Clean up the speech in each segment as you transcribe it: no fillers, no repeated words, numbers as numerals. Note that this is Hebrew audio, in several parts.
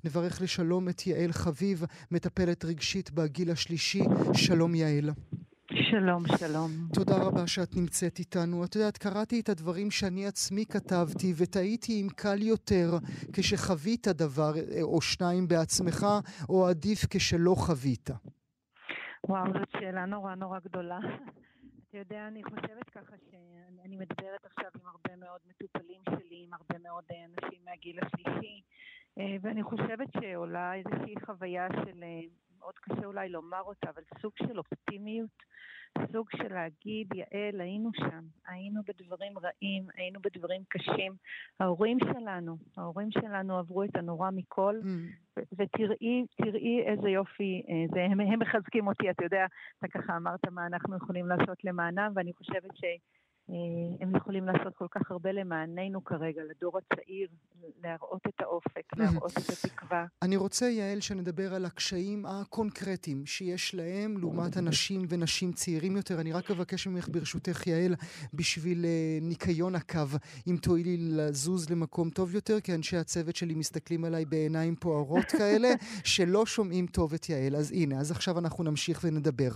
נברך לשלום את יעל חביב, מטפלת רגשית בגיל השלישי. שלום יעל. שלום, שלום. תודה רבה שאת נמצאת איתנו. את יודעת, קראתי את הדברים שאני עצמי כתבתי, ותהיתי אם קל יותר כשחווית דבר או שניים בעצמך, או עדיף כשלא חווית. וואו, זאת שאלה נורא נורא גדולה. אתה יודע, אני חושבת ככה שאני מדברת עכשיו עם הרבה מאוד מטופלים שלי, עם הרבה מאוד אנשים מהגיל השלישי, ואני חושבת שעולה איזושהי חוויה של, מאוד קשה אולי לומר אותה, אבל סוג של אופטימיות, סוג של להגיד, יעל, היינו שם, היינו בדברים רעים, היינו בדברים קשים. ההורים שלנו עברו את הנורא מכל, ותראי איזה יופי, הם מחזקים אותי, אתה יודע, אתה ככה אמרת מה אנחנו יכולים לעשות למענם, ואני חושבת שהם יכולים לעשות כל כך הרבה למעננו כרגע, לדור הצעיר, להראות את האופק, להראות את התקווה. אני רוצה, יעל, שנדבר על הקשיים הקונקרטיים שיש להם, לעומת אנשים ונשים צעירים יותר. אני רק אבקש ממך ברשותך, יעל, בשביל ניקיון הקו, אם תואילי לזוז למקום טוב יותר, כי אנשי הצוות שלי מסתכלים עליי בעיניים פוערות כאלה, שלא שומעים טוב את יעל. אז הנה, אז עכשיו אנחנו נמשיך ונדבר.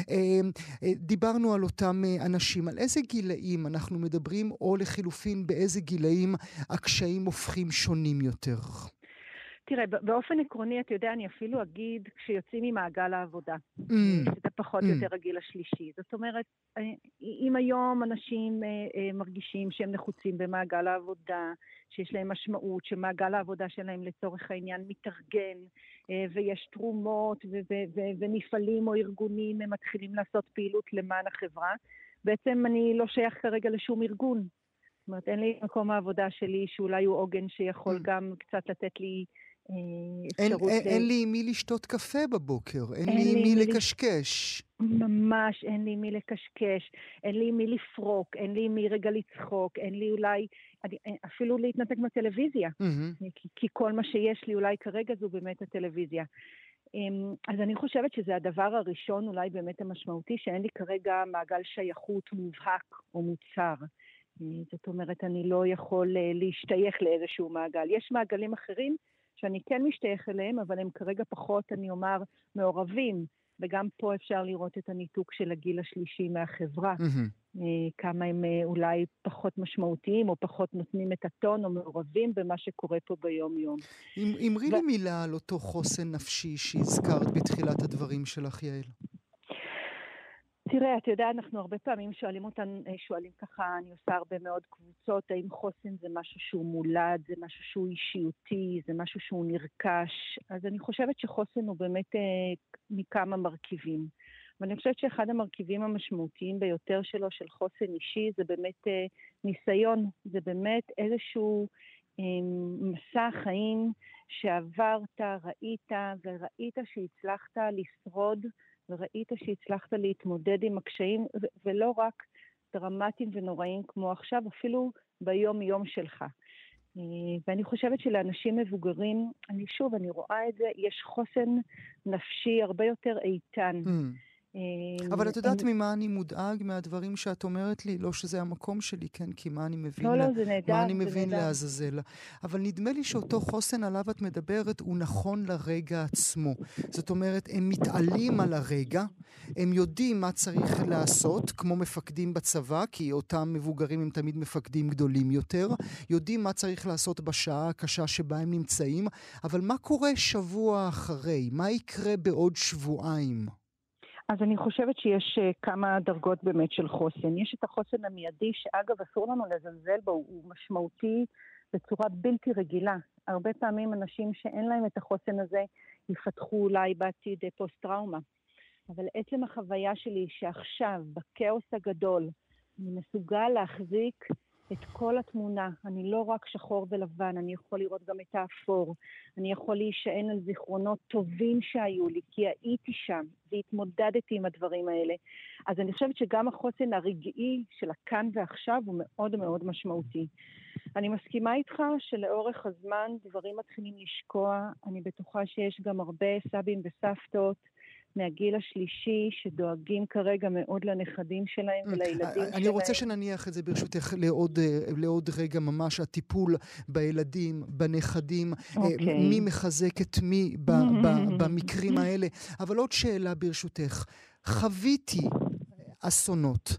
דיברנו על אותם אנשים, על איזה גילאים אנחנו מדברים, או לחילופין באיזה גילאים הקשיים הופכים שונים יותר? תראה, באופן עקרוני, אתה יודע, אני אפילו אגיד כשיוצאים ממעגל העבודה, שזה פחות או יותר הגיל השלישי. זאת אומרת, אם היום אנשים מרגישים שהם נחוצים במעגל העבודה, שיש להם משמעות, שמעגל העבודה שלהם לצורך העניין מתארגן, ויש תרומות ומפעלים או ארגונים, הם מתחילים לעשות פעילות למען החברה, בעצם אני לא שייך כרגע לשום ארגון. זאת אומרת, אין לי מקום העבודה שלי שאולי הוא עוגן שיכול גם קצת לתת לי אפשרות. אין לי מי לשתות קפה בבוקר, אין לי מי לקשקש. ממש אין לי מי לקשקש, אין לי מי לפרוק, אין לי מי רגע לצחוק, אין לי אולי, אפילו להתנתק מהטלוויזיה, כי כל מה שיש לי אולי כרגע זו באמת הטלוויזיה. אז אני חושבת שזה הדבר הראשון אולי באמת המשמעותי, שאין לי כרגע מעגל שייכות מובהק או מוצר. זאת אומרת, אני לא יכול להשתייך לאיזשהו מעגל. יש מעגלים אחרים שאני כן משתייך אליהם, אבל הם כרגע פחות, אני אומר, מעורבים, וגם פה אפשר לראות את הניתוק של הגיל השלישי מהחברה, כמה הם אולי פחות משמעותיים, או פחות נותנים את הטון, או מעורבים במה שקורה פה ביום יום. אמרי לי מילה על אותו חוסן נפשי שהזכרת בתחילת הדברים שלך, יעל. תראה, אתה יודע, אנחנו הרבה פעמים שואלים ככה, אני עושה הרבה מאוד קבוצות, האם חוסן זה משהו שהוא מולד, זה משהו שהוא אישיותי, זה משהו שהוא נרכש, אז אני חושבת שחוסן הוא באמת מכמה מרכיבים. ואני חושבת שאחד המרכיבים המשמעותיים ביותר שלו, של חוסן אישי, זה באמת ניסיון, זה באמת איזשהו מסע חיים שעברת, ראית, וראית שהצלחת לשרוד, וראית שהצלחת להתמודד עם הקשיים, ולא רק דרמטיים ונוראים כמו עכשיו, אפילו ביום יום שלך. ואני חושבת שלאנשים מבוגרים, אני רואה את זה, יש חוסן נפשי הרבה יותר איתן. אבל את יודעת ממה אני מודאג מהדברים שאת אומרת לי? לא שזה המקום שלי, כן, כי מה אני מבין, לא, זה נהדר, מה אני מבין לעזאזל. אבל נדמה לי שאותו חוסן עליו את מדברת הוא נכון לרגע עצמו. זאת אומרת, הם מתעלים על הרגע, הם יודעים מה צריך לעשות, כמו מפקדים בצבא, כי אותם מבוגרים הם תמיד מפקדים גדולים יותר, יודעים מה צריך לעשות בשעה הקשה שבה הם נמצאים, אבל מה קורה שבוע אחרי? מה יקרה בעוד שבועיים? אז אני חושבת שיש כמה דרגות באמת של חוסן. יש את החוסן המיידי, שאגב אסור לנו לזלזל בו, הוא משמעותי בצורה בלתי רגילה. הרבה פעמים אנשים שאין להם את החוסן הזה, יפתחו אולי בעתיד פוסט-טראומה. אבל עצם החוויה שלי שעכשיו, בכאוס הגדול, אני מסוגל להחזיק את כל התמונה. אני לא רק שחור ולבן, אני יכול לראות גם את האפור. אני יכול להישען על זיכרונות טובים שהיו לי, כי הייתי שם והתמודדתי עם הדברים האלה. אז אני חושבת שגם החוסן הרגעי של הכאן ועכשיו הוא מאוד מאוד משמעותי. אני מסכימה איתך שלאורך הזמן דברים מתחילים לשקוע. אני בטוחה שיש גם הרבה סבים וסבתות מהגיל השלישי, שדואגים כרגע מאוד לנכדים שלהם ולילדים שלהם. אני רוצה שנניח את זה ברשותך לעוד רגע ממש, הטיפול בילדים, בנכדים, מי מחזק את מי במקרים האלה. אבל עוד שאלה ברשותך, חוויתי אסונות.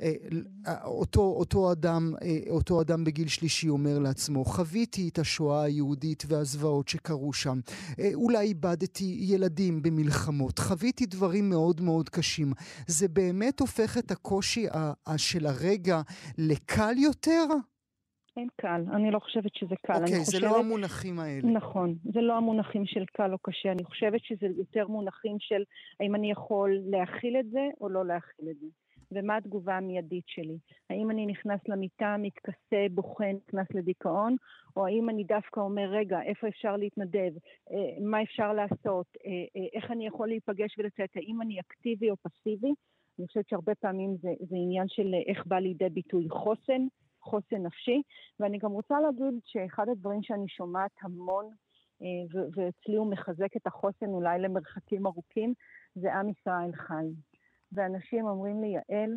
אותו אדם בגיל שלישי אומר לעצמו, חוויתי את השואה היהודית והזוועות שקרו שם. אולי איבדתי ילדים במלחמות. חוויתי דברים מאוד מאוד קשים. זה באמת הופך את הקושי של הרגע לקל יותר? אין קל. אני לא חושבת שזה קל. אוקיי, זה לא המונחים האלה. נכון. זה לא המונחים של קל או קשה. אני חושבת שזה יותר מונחים של האם אני יכול להכיל את זה או לא להכיל את זה. ומה התגובה המיידית שלי? האם אני נכנס למיטה, מתכסה, בוחן, נכנס לדיכאון, או האם אני דווקא אומר, רגע, איפה אפשר להתנדב? מה אפשר לעשות? איך אני יכול להיפגש ולצאת? האם אני אקטיבי או פסיבי? אני חושבת שהרבה פעמים זה עניין של איך בא לידי ביטוי חוסן נפשי, ואני גם רוצה להגיד שאחד הדברים שאני שומעת המון, ואצלי הוא מחזק את החוסן אולי למרחקים ארוכים, זה עם ישראל חי. ואנשים אומרים לי, יעל,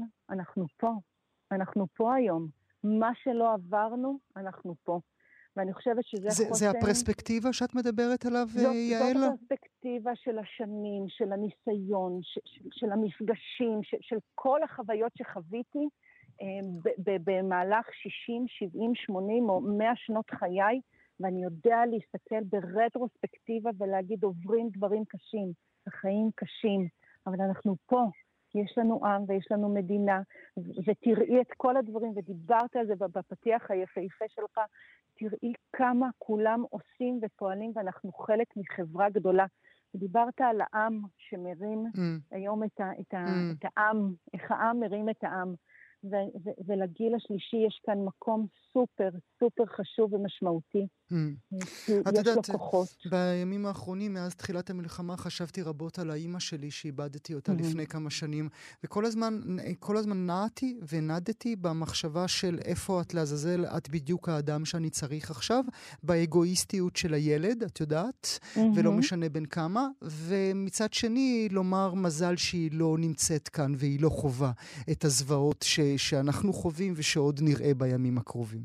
אנחנו פה היום. מה שלא עברנו, אנחנו פה. ואני חושבת שזה חוסן... זה הפרספקטיבה שאת מדברת עליו, יעל? זאת הפרספקטיבה של השנים, של הניסיון, של המפגשים, של כל החוויות שחוויתי במהלך 60, 70, 80 או 100 שנות חיי, ואני יודע להסתכל ברטרוספקטיבה ולהגיד, עוברים דברים קשים, החיים קשים, אבל אנחנו פה. יש לנו עם ויש לנו מדינה, ותראי את כל הדברים, ודיברת על זה בפתיח היפהפה שלך, תראי כמה כולם עושים ופועלים, ואנחנו חלק מחברה גדולה. ודיברת על העם שמרים היום את העם, איך העם מרים את העם. ולגיל השלישי יש כאן מקום סופר, סופר חשוב ומשמעותי. יש לו כוחות. בימים האחרונים, מאז תחילת המלחמה, חשבתי רבות על האמא שלי, שאיבדתי אותה לפני כמה שנים, וכל הזמן נעתי ונדתי במחשבה של איפה את לעזאזל, את בדיוק האדם שאני צריך עכשיו, באגואיסטיות של הילד, את יודעת, ולא משנה בין כמה, ומצד שני, לומר מזל שהיא לא נמצאת כאן, והיא לא חובה את הזוועות שאנחנו חווים ושעוד נראה בימים הקרובים.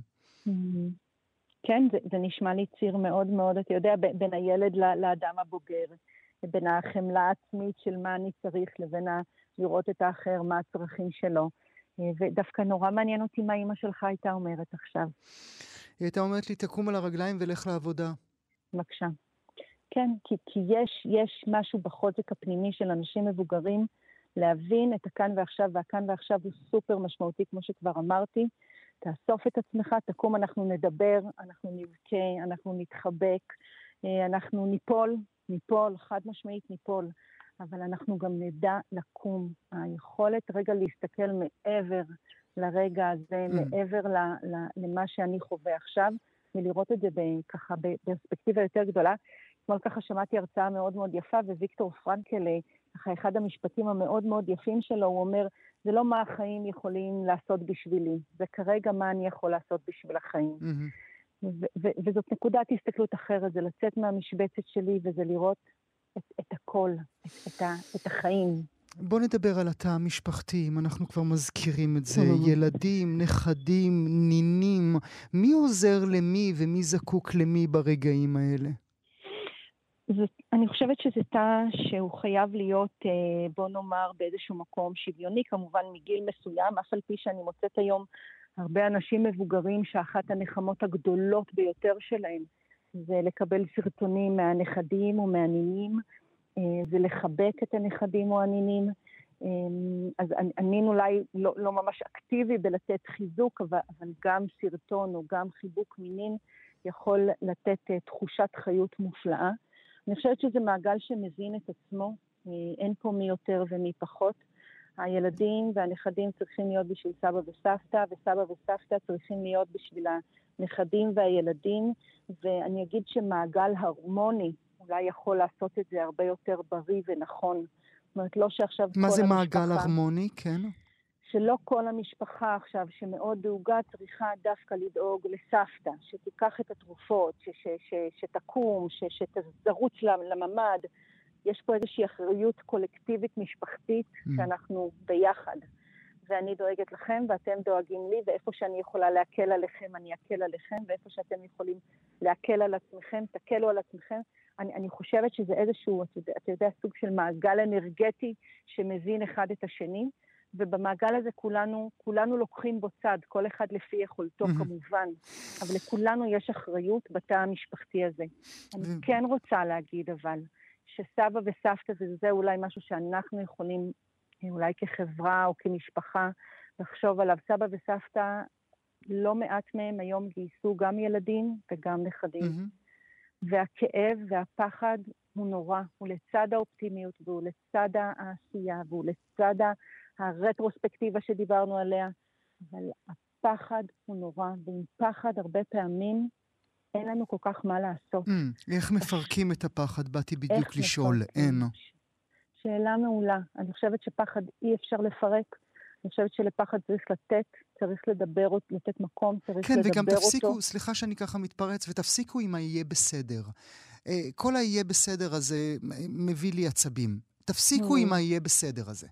כן, זה נשמע לי ציר מאוד מאוד, אתה יודע, בין הילד לאדם הבוגר, בין החמלה העצמית של מה אני צריך, לבין לראות את האחר, מה הצרכים שלו. ודווקא נורא מעניין אותי מה אמא שלך הייתה אומרת עכשיו. היא הייתה אומרת לי, תקום על הרגליים ולך לעבודה. בבקשה. כן, כי יש משהו בחוזק הפנימי של אנשים מבוגרים, להבין את הכאן ועכשיו, והכאן ועכשיו הוא סופר משמעותי, כמו שכבר אמרתי. תאסוף את עצמך, תקום, אנחנו נדבר, אנחנו נבכה, אנחנו נתחבק, אנחנו ניפול, חד משמעית ניפול, אבל אנחנו גם נדע לקום. היכולת רגע להסתכל מעבר לרגע הזה, מעבר למה שאני חווה עכשיו, ולראות את זה ככה בפרספקטיבה יותר גדולה. אתמול ככה שמעתי הרצאה מאוד מאוד יפה, וויקטור פרנקל, ככה אחד המשפטים המאוד מאוד יפים שלו, הוא אומר, זה לא מה החיים יכולים לעשות בשבילי, זה כרגע מה אני יכול לעשות בשביל החיים. וזאת נקודת הסתכלות אחרת, זה לצאת מהמשבצת שלי, וזה לראות את הכל, את החיים. בוא נדבר על התא המשפחתי, אם אנחנו כבר מזכירים את זה, ילדים, נכדים, נינים, מי עוזר למי ומי זקוק למי ברגעים האלה? אני חושבת שזה תא שהוא חייב להיות, בוא נאמר, באיזשהו מקום שוויוני, כמובן מגיל מסוים, אף על פי שאני מוצאת היום הרבה אנשים מבוגרים שאחת הנחמות הגדולות ביותר שלהם זה לקבל סרטונים מהנכדים או מהנינים, זה לחבק את הנכדים או הנינים. אז אני אולי לא ממש אקטיבי בלתת חיזוק, אבל גם סרטון או גם חיבוק מינים יכול לתת תחושת חיות מופלאה. אני חושבת שזה מעגל שמזין את עצמו, אין פה מי יותר ומי פחות. הילדים והנכדים צריכים להיות בשביל סבא וסבתא, וסבא וסבתא צריכים להיות בשביל הנכדים והילדים, ואני אגיד שמעגל הרמוני אולי יכול לעשות את זה הרבה יותר בריא ונכון. זאת אומרת, לא שעכשיו מה זה מעגל הרמוני? כן. שלא כל המשפחה עכשיו שמאוד דאוגה צריכה דווקא לדאוג לסבתא, שתיקח את התרופות, שתקום, שתזרוץ לממד. יש פה איזושהי אחריות קולקטיבית משפחתית שאנחנו ביחד. ואני דואגת לכם ואתם דואגים לי, ואיפה שאני יכולה להקל עליכם, אני אקל עליכם, ואיפה שאתם יכולים להקל על עצמכם, תקלו על עצמכם. אני חושבת שזה איזשהו, אתה יודע, סוג של מעגל אנרגטי שמזין אחד את השני, ובמעגל הזה כולנו לוקחים בו צד, כל אחד לפי יכולתו כמובן, אבל לכולנו יש אחריות בתא המשפחתי הזה. אני כן רוצה להגיד אבל, שסבא וסבתא זה אולי משהו שאנחנו יכולים, אולי כחברה או כמשפחה, לחשוב עליו. סבא וסבתא, לא מעט מהם היום גייסו גם ילדים וגם נכדים. והכאב והפחד הוא נורא, הוא לצד האופטימיות, והוא לצד העשייה, והוא לצד הרטרוספקטיבה שדיברנו עליה, אבל הפחד הוא נורא, ועם פחד הרבה פעמים אין לנו כל כך מה לעשות. איך מפרקים את הפחד? באתי בדיוק לשאול, אין. שאלה מעולה. אני חושבת שפחד אי אפשר לפרק, אני חושבת שלפחד צריך לתת, צריך לדבר אותו, לתת מקום, צריך לדבר אותו. כן, וגם תפסיקו, סליחה שאני ככה מתפרץ, ותפסיקו עם היהיה בסדר. כל היהיה בסדר הזה מביא לי עצבים. תפסיקו עם היהיה בסדר הזה.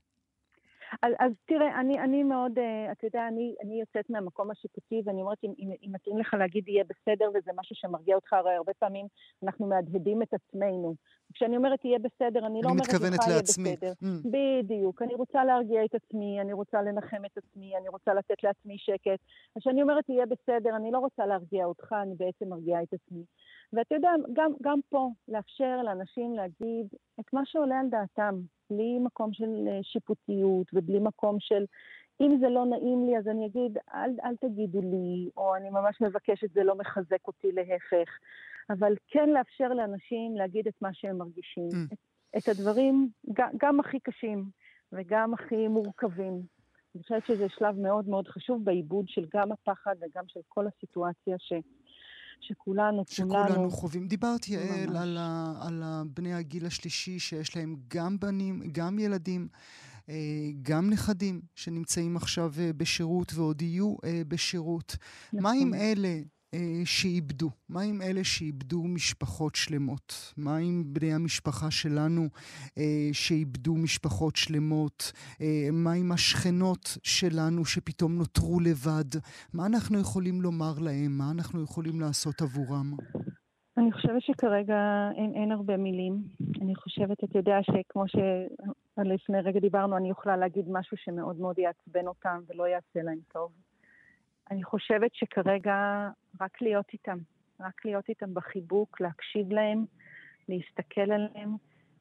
אז תראה, אני מאוד, אתה יודע, אני יוצאת מהמקום השיפוטי, ואני אומרת, אם מתאים לך להגיד יהיה בסדר, וזה משהו שמרגיע אותך, הרי הרבה פעמים אנחנו מהדהדים את עצמנו. כשאני אומרת יהיה בסדר, אני לא אומרת לך יהיה בסדר. בדיוק, אני רוצה להרגיע את עצמי, אני רוצה לנחם את עצמי, אני רוצה לתת לעצמי שקט. אז כשאני אומרת יהיה בסדר, אני לא רוצה להרגיע אותך, אני בעצם מרגיעה את עצמי. ואתה יודע, גם פה, לאפשר לאנשים להגיד את מה שעולה על דעתם, בלי מקום של שיפוטיות, ובלי מקום של, אם זה לא נעים לי, אז אני אגיד, אל תגידו לי, או אני ממש מבקשת, זה לא מחזק אותי, להפך. אבל כן לאפשר לאנשים להגיד את מה שהם מרגישים. את הדברים, גם הכי קשים, וגם הכי מורכבים. אני חושבת שזה שלב מאוד מאוד חשוב בעיבוד של גם הפחד, וגם של כל הסיטואציה שכולנו חווים. דיברתי על בני הגיל השלישי שיש להם גם בנים, גם ילדים, גם נכדים שנמצאים עכשיו בשירות ועוד יהיו בשירות. מה עם אלה שאיבדו? מה עם אלה שאיבדו משפחות שלמות? מה עם בני המשפחה שלנו שאיבדו משפחות שלמות? מה עם השכנות שלנו שפתאום נותרו לבד? מה אנחנו יכולים לומר להם? מה אנחנו יכולים לעשות עבורם? אני חושבת שכרגע אין הרבה מילים. אני חושבת, אתה יודע, שכמו שלפני רגע דיברנו, אני יכולה להגיד משהו שמאוד מאוד יעצבן אותם ולא יעשה להם טוב. אני חושבת שכרגע רק להיות איתם בחיבוק, להקשיב להם, להסתכל עליהם.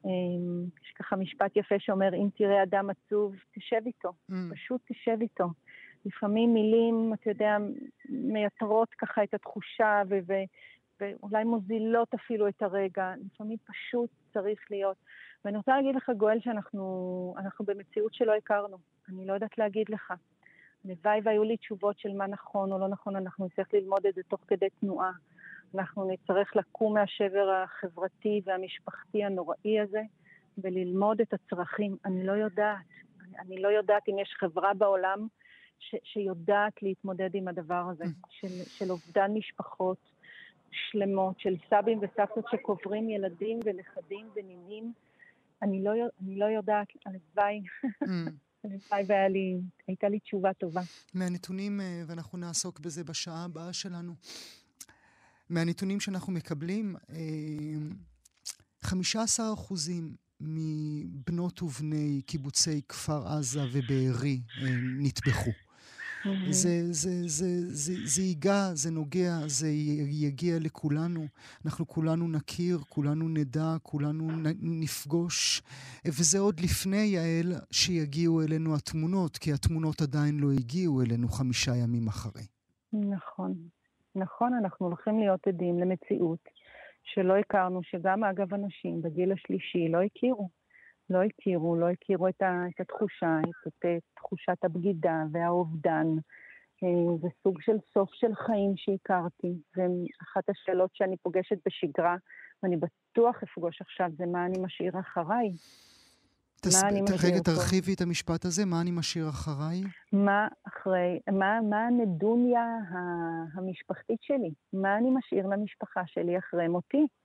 יש ככה משפט יפה שאומר, אם תראה אדם עצוב, תשב איתו, פשוט תשב איתו. לפעמים מילים, אתה יודע, מייתרות ככה את התחושה ואולי מוזילות אפילו את הרגע. לפעמים פשוט צריך להיות. ואני רוצה להגיד לך, גואל, שאנחנו במציאות שלא הכרנו. אני לא יודעת להגיד לך. נוואי והיו לי תשובות של מה נכון או לא נכון, אנחנו נצטרך ללמוד את זה תוך כדי תנועה. אנחנו נצטרך לקום מהשבר החברתי והמשפחתי הנוראי הזה, וללמוד את הצרכים. אני לא יודעת אם יש חברה בעולם שיודעת להתמודד עם הדבר הזה, של אובדן משפחות שלמות, של סבים וסבתות שקוברים ילדים ונכדים ונינים. אני לא יודעת, הלוואי. הייתה לי תשובה טובה. מהנתונים, ואנחנו נעסוק בזה בשעה הבאה שלנו, מהנתונים שאנחנו מקבלים, 15% מבנות ובני קיבוצי כפר עזה ובארי נטבחו. זה ייגע, זה נוגע, זה יגיע לכולנו. אנחנו כולנו נכיר, כולנו נדע, כולנו נפגוש. וזה עוד לפני, יעל, שיגיעו אלינו התמונות, כי התמונות עדיין לא הגיעו אלינו 5 ימים אחרי. נכון, אנחנו הולכים להיות עדים למציאות שלא הכרנו, שגם אגב אנשים בגיל השלישי לא הכירו את התחושה, את תחושת הבגידה והאובדן. זה סוג של סוף של חיים שהכרתי. ואחת השאלות שאני פוגשת בשגרה, ואני בטוח אפגוש עכשיו, זה מה אני משאיר אחריי. רגע, תרחיבי את המשפט הזה, מה אני משאיר אחריי? מה הנדוניה המשפחתית שלי? מה אני משאיר למשפחה שלי אחרי מותי?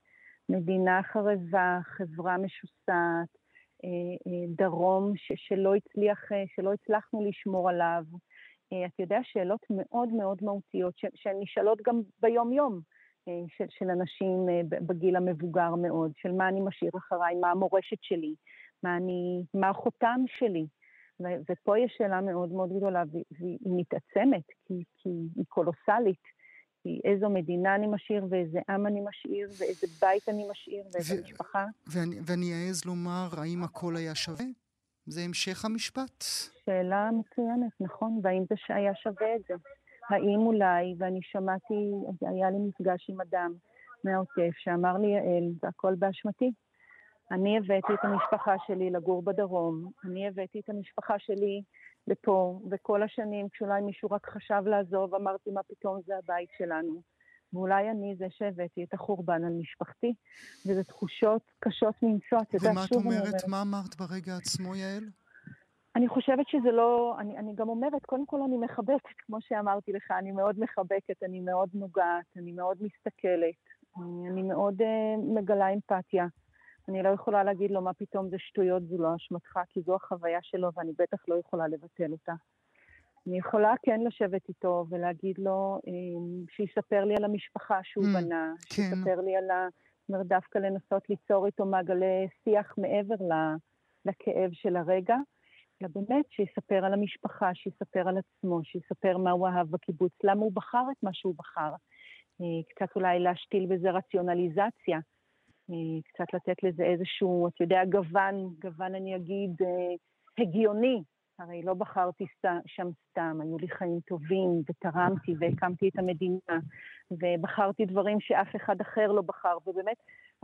מדינה חרבה, חברה משוסעת, דרום שלא הצלחנו לשמור עליו. אתה יודע, שאלות מאוד מאוד מהותיות, שהן נשאלות גם ביום יום, של אנשים בגיל המבוגר מאוד, של מה אני משאיר אחריי, מה המורשת שלי, מה החותם שלי. ופה יש שאלה מאוד מאוד גדולה, והיא מתעצמת, כי היא קולוסלית. כי איזו מדינה אני משאיר, ואיזה עם אני משאיר, ואיזה בית אני משאיר, ואיזה משפחה. ואני אעז לומר, האם הכל היה שווה? זה המשך המשפט? שאלה מצוינת, נכון, והאם זה היה שווה את זה? האם אולי, ואני שמעתי, היה לי מפגש עם אדם מהעוטף, שאמר לי, יעל, זה הכל באשמתי. אני הבאתי את המשפחה שלי לגור בדרום, אני הבאתי את המשפחה שלי לפה, וכל השנים כשאולי מישהו רק חשב לעזוב, אמרתי מה פתאום זה הבית שלנו. ואולי אני זה שהבאתי את החורבן על משפחתי, וזה תחושות קשות מנשוא. ומה את אומרת? מה אמרת ברגע עצמו, יעל? אני חושבת שזה לא, אני גם אומרת, קודם כל אני מחבקת, כמו שאמרתי לך, אני מאוד מחבקת, אני מאוד נוגעת, אני מאוד מסתכלת, אני מאוד מגלה אמפתיה. אני לא יכולה להגיד לו מה פתאום זה שטויות, זו לא אשמתך, כי זו החוויה שלו ואני בטח לא יכולה לבטל אותה. אני יכולה כן לשבת איתו ולהגיד לו שיספר לי על המשפחה שהוא בנה, שיספר לי על דווקא לנסות ליצור איתו מעגלי שיח מעבר לכאב של הרגע, אלא באמת שיספר על המשפחה, שיספר על עצמו, שיספר מה הוא אהב בקיבוץ, למה הוא בחר את מה שהוא בחר. קצת אולי להשתיל בזה רציונליזציה, קצת לתת לזה איזשהו, אתה יודע, גוון אני אגיד, הגיוני. הרי לא בחרתי שם סתם, היו לי חיים טובים ותרמתי והקמתי את המדינה, ובחרתי דברים שאף אחד אחר לא בחר, ובאמת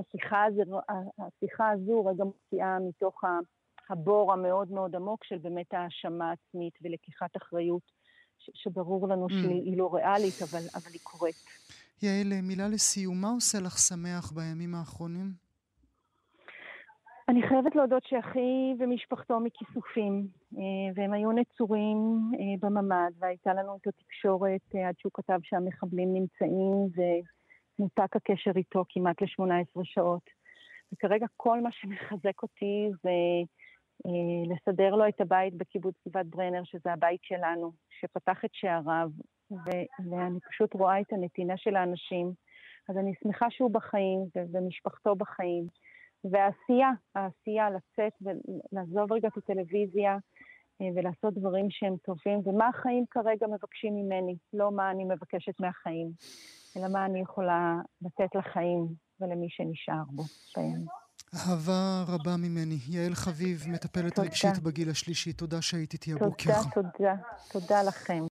השיחה הזו רגע מוציאה מתוך הבור המאוד מאוד עמוק של באמת האשמה עצמית ולקיחת אחריות, שברור לנו שהיא לא ריאלית, אבל היא קורית. יעל, מילה לסיום, מה עושה לך שמח בימים האחרונים? אני חייבת להודות שאחי ומשפחתו מכיסופים, והם היו נצורים בממד, והייתה לנו את התקשורת עד שהוא כתב שהמחבלים נמצאים, ונותק הקשר איתו כמעט ל-18 שעות. וכרגע כל מה שמחזק אותי זה לסדר לו את הבית בקיבוץ גבעת ברנר, שזה הבית שלנו, שפתח את שעריו, ואני פשוט רואה את הנתינה של האנשים. אז אני שמחה שהוא בחיים, ומשפחתו בחיים. והעשייה לצאת ולעזוב רגע את הטלוויזיה, ולעשות דברים שהם טובים, ומה החיים כרגע מבקשים ממני, לא מה אני מבקשת מהחיים, אלא מה אני יכולה לתת לחיים ולמי שנשאר בו. אהבה רבה ממני. יעל חביב, מטפלת רגשית בגיל השלישי, תודה שהיית איתי הבוקר. תודה לכם.